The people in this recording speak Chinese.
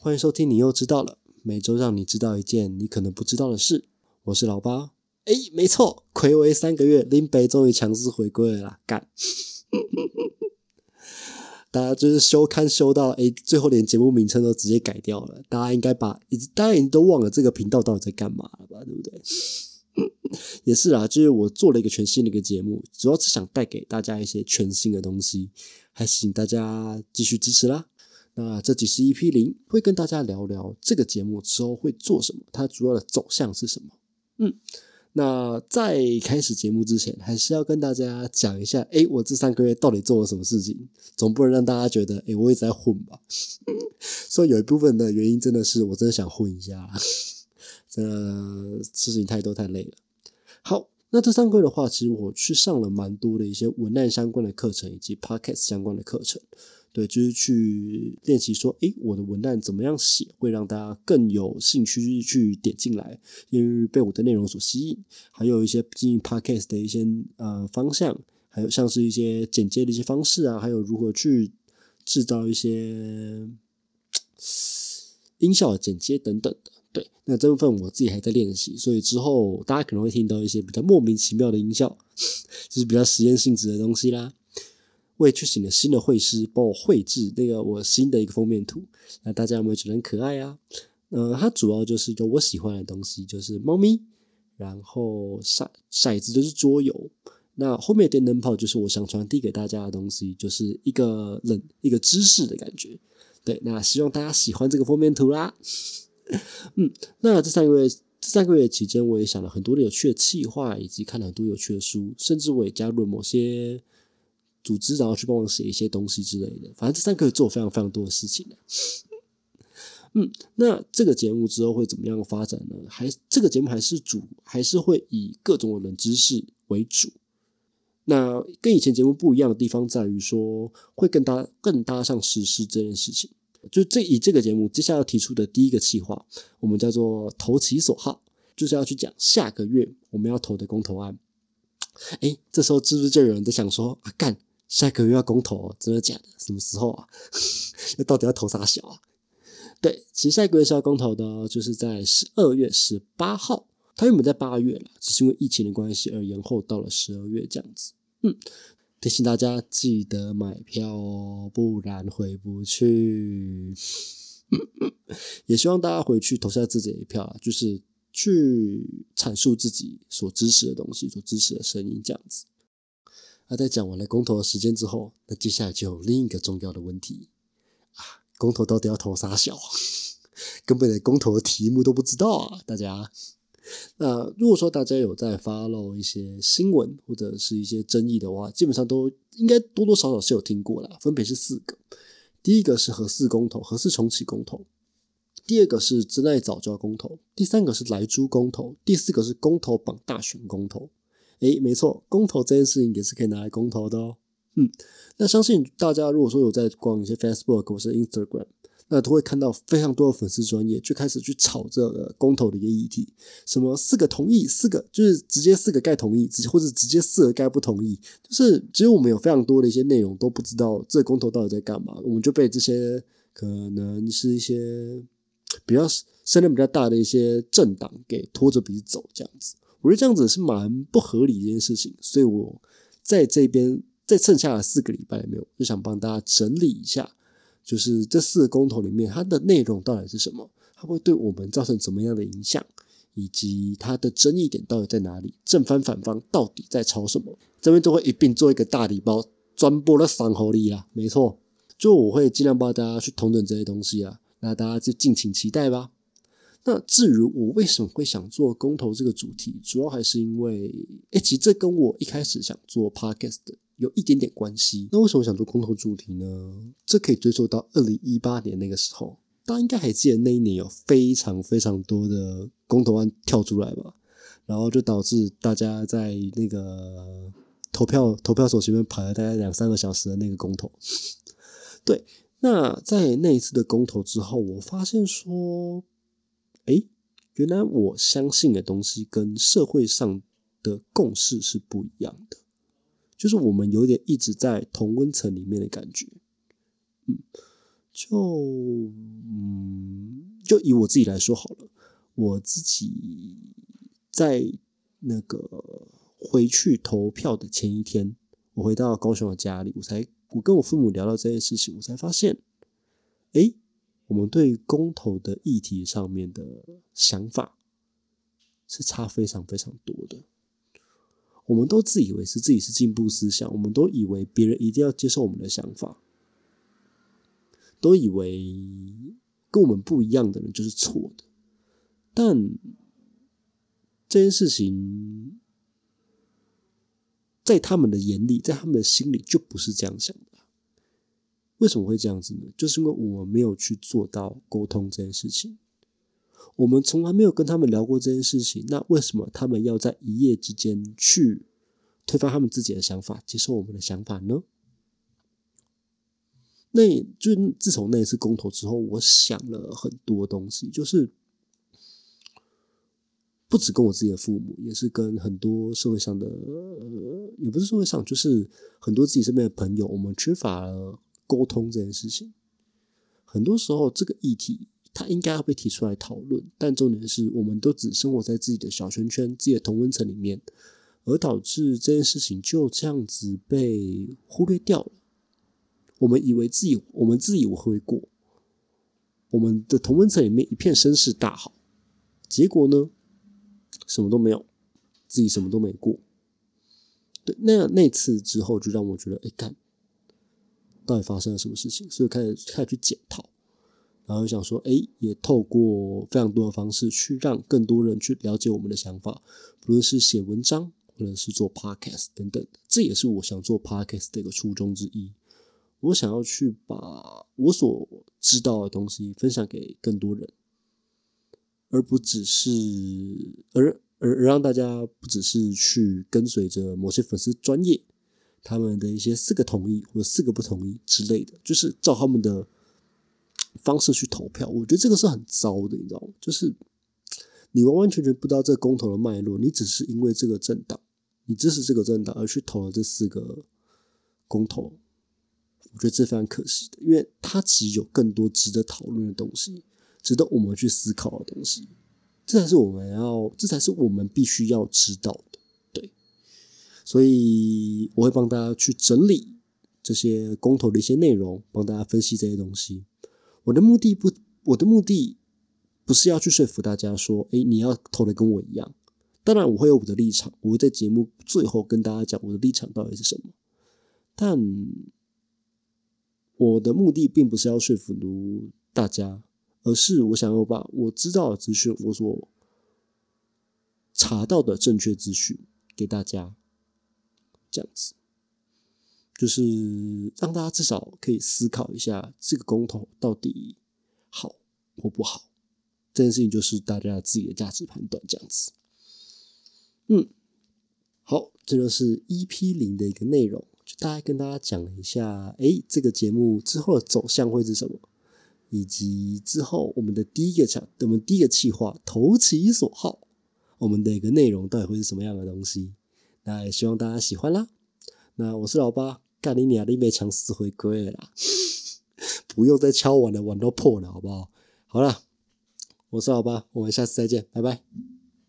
欢迎收听你又知道了，每周让你知道一件你可能不知道的事。我是老八。没错，睽违3个月，林北终于强势回归了啦，干！大家就是休刊休到最后连节目名称都直接改掉了，大家应该大家已经都忘了这个频道到底在干嘛了吧，对不对？也是啦，就是我做了一个全新的一个节目，主要是想带给大家一些全新的东西，还是请大家继续支持啦。那这集是 EP0，会跟大家聊聊这个节目之后会做什么，它主要的走向是什么。那在开始节目之前，还是要跟大家讲一下，我这3个月到底做了什么事情，总不能让大家觉得，我一直在混吧。所以有一部分的原因真的是我真的想混一下，这事情太多太累了。好，那这3个月的话，其实我去上了蛮多的一些文案相关的课程，以及 podcast 相关的课程。对，就是去练习说，我的文案怎么样写会让大家更有兴趣去点进来，因为被我的内容所吸引，还有一些经营 podcast 的一些方向，还有像是一些剪接的一些方式啊，还有如何去制造一些音效的剪接等等的。对，那这部分我自己还在练习，所以之后大家可能会听到一些比较莫名其妙的音效，就是比较实验性质的东西啦。我也去请了新的绘师帮我绘制那个我新的一个封面图，那大家有没有觉得很可爱啊？它主要就是有我喜欢的东西，就是猫咪，然后骰子就是桌游，那后面的电灯泡就是我想传递给大家的东西，就是一个知识的感觉。对，那希望大家喜欢这个封面图啦。那这3个月期间，我也想了很多的有趣的企划，以及看了很多有趣的书，甚至我也加入了某些组织，然后去帮忙写一些东西之类的。反正这3个月做非常非常多的事情。那这个节目之后会怎么样发展呢？这个节目还是会以各种的冷知识为主。那跟以前节目不一样的地方在于说，会更搭上时事这件事情。就以这个节目接下来要提出的第一个企划，我们叫做投其所好，就是要去讲下个月我们要投的公投案。这时候是不是就有人在想说，干，下个月要公投，真的假的？什么时候啊？到底要投啥小啊？对，其实下个月是要公投的，就是在12月18号。它原本在8月啦，只是因为疫情的关系而延后到了12月这样子。提醒大家记得买票哦，不然回不去。也希望大家回去投下自己的一票啦，就是去阐述自己所支持的东西，所支持的声音这样子。在讲完了公投的时间之后，那接下来就有另一个重要的问题公投到底要投啥小？根本连公投的题目都不知道啊，大家。那如果说大家有在 follow 一些新闻或者是一些争议的话，基本上都应该多多少少是有听过啦，分别是4个。第一个是核四公投，核四重启公投；第二个是珍爱藻礁公投；第3个是莱猪公投；第4个是公投榜大选公投。没错，公投这件事情也是可以拿来公投的哦。那相信大家如果说有在逛一些 Facebook 或是 Instagram，那都会看到非常多的粉丝专页就开始去炒这个公投的一个议题，什么4个同意，4个就是直接4个盖同意，或者直接4个盖不同意，就是其实我们有非常多的一些内容都不知道这个公投到底在干嘛，我们就被这些可能是一些比较声量比较大的一些政党给拖着鼻子走这样子。我觉得这样子是蛮不合理的一件事情，所以我在这边在剩下的4个礼拜里面，我就想帮大家整理一下，就是这4个公投里面它的内容到底是什么，它会对我们造成怎么样的影响，以及它的争议点到底在哪里，正方反方到底在吵什么，这边都会一并做一个大礼包专播的赏猴里啦。没错，就我会尽量帮大家去统整这些东西啊，那大家就敬请期待吧。那至于我为什么会想做公投这个主题，主要还是因为其实这跟我一开始想做 podcast 的有一点点关系。那为什么想做公投主题呢？这可以追溯到2018年那个时候，大家应该还记得那一年有非常非常多的公投案跳出来吧，然后就导致大家在那个投票所前面排了大概2-3个小时的那个公投。对，那在那一次的公投之后，我发现说原来我相信的东西跟社会上的共识是不一样的，就是我们有点一直在同温层里面的感觉。 就以我自己来说好了，我自己在那个回去投票的前一天，我回到高雄的家里，我跟我父母聊到这件事情，我才发现，我们对于公投的议题上面的想法是差非常非常多的。我们都自以为自己是进步思想，我们都以为别人一定要接受我们的想法，都以为跟我们不一样的人就是错的。但这件事情在他们的眼里，在他们的心里就不是这样想的。为什么会这样子呢？就是因为我们没有去做到沟通这件事情，我们从来没有跟他们聊过这件事情，那为什么他们要在一夜之间去推翻他们自己的想法，接受我们的想法呢？就自从那一次公投之后，我想了很多东西，就是不只跟我自己的父母，也是跟很多社会上的也不是社会上，就是很多自己身边的朋友，我们缺乏了沟通这件事情。很多时候这个议题它应该要被提出来讨论，但重点是我们都只生活在自己的小圈圈，自己的同温层里面，而导致这件事情就这样子被忽略掉了。我们自以为会过，我们的同温层里面一片声势大好，结果呢什么都没有，自己什么都没过。对，那次之后就让我觉得干到底发生了什么事情，所以开始去检讨，然后想说也透过非常多的方式去让更多人去了解我们的想法，不论是写文章或者是做 podcast 等等，这也是我想做 podcast 的一个初衷之一。我想要去把我所知道的东西分享给更多人，而不只是而让大家不只是去跟随着某些粉丝专业他们的一些4个同意或者4个不同意之类的，就是照他们的方式去投票。我觉得这个是很糟的，你知道吗？就是你完完全全不知道这个公投的脉络，你只是因为这个政党，你支持这个政党而去投了这4个公投，我觉得这非常可惜的，因为它其实有更多值得讨论的东西，值得我们去思考的东西，这才是我们必须要知道的。对，所以我会帮大家去整理这些公投的一些内容，帮大家分析这些东西。我的目的不是要去说服大家说你要投的跟我一样，当然我会有我的立场，我会在节目最后跟大家讲我的立场到底是什么，但我的目的并不是要说服大家，而是我想要把我知道的资讯，我所查到的正确资讯给大家，这样子就是让大家至少可以思考一下这个公投到底好或不好，这件事情就是大家自己的价值判断，这样子。好，这就是 EP0 的一个内容，就大概跟大家讲了一下这个节目之后的走向会是什么，以及之后我们第一个企划投其所好，我们的一个内容到底会是什么样的东西，那也希望大家喜欢啦。那我是老八，干你娘，你没强势回归了啦不用再敲碗了，碗都破了好不好？好啦，我是老八，我们下次再见，拜拜。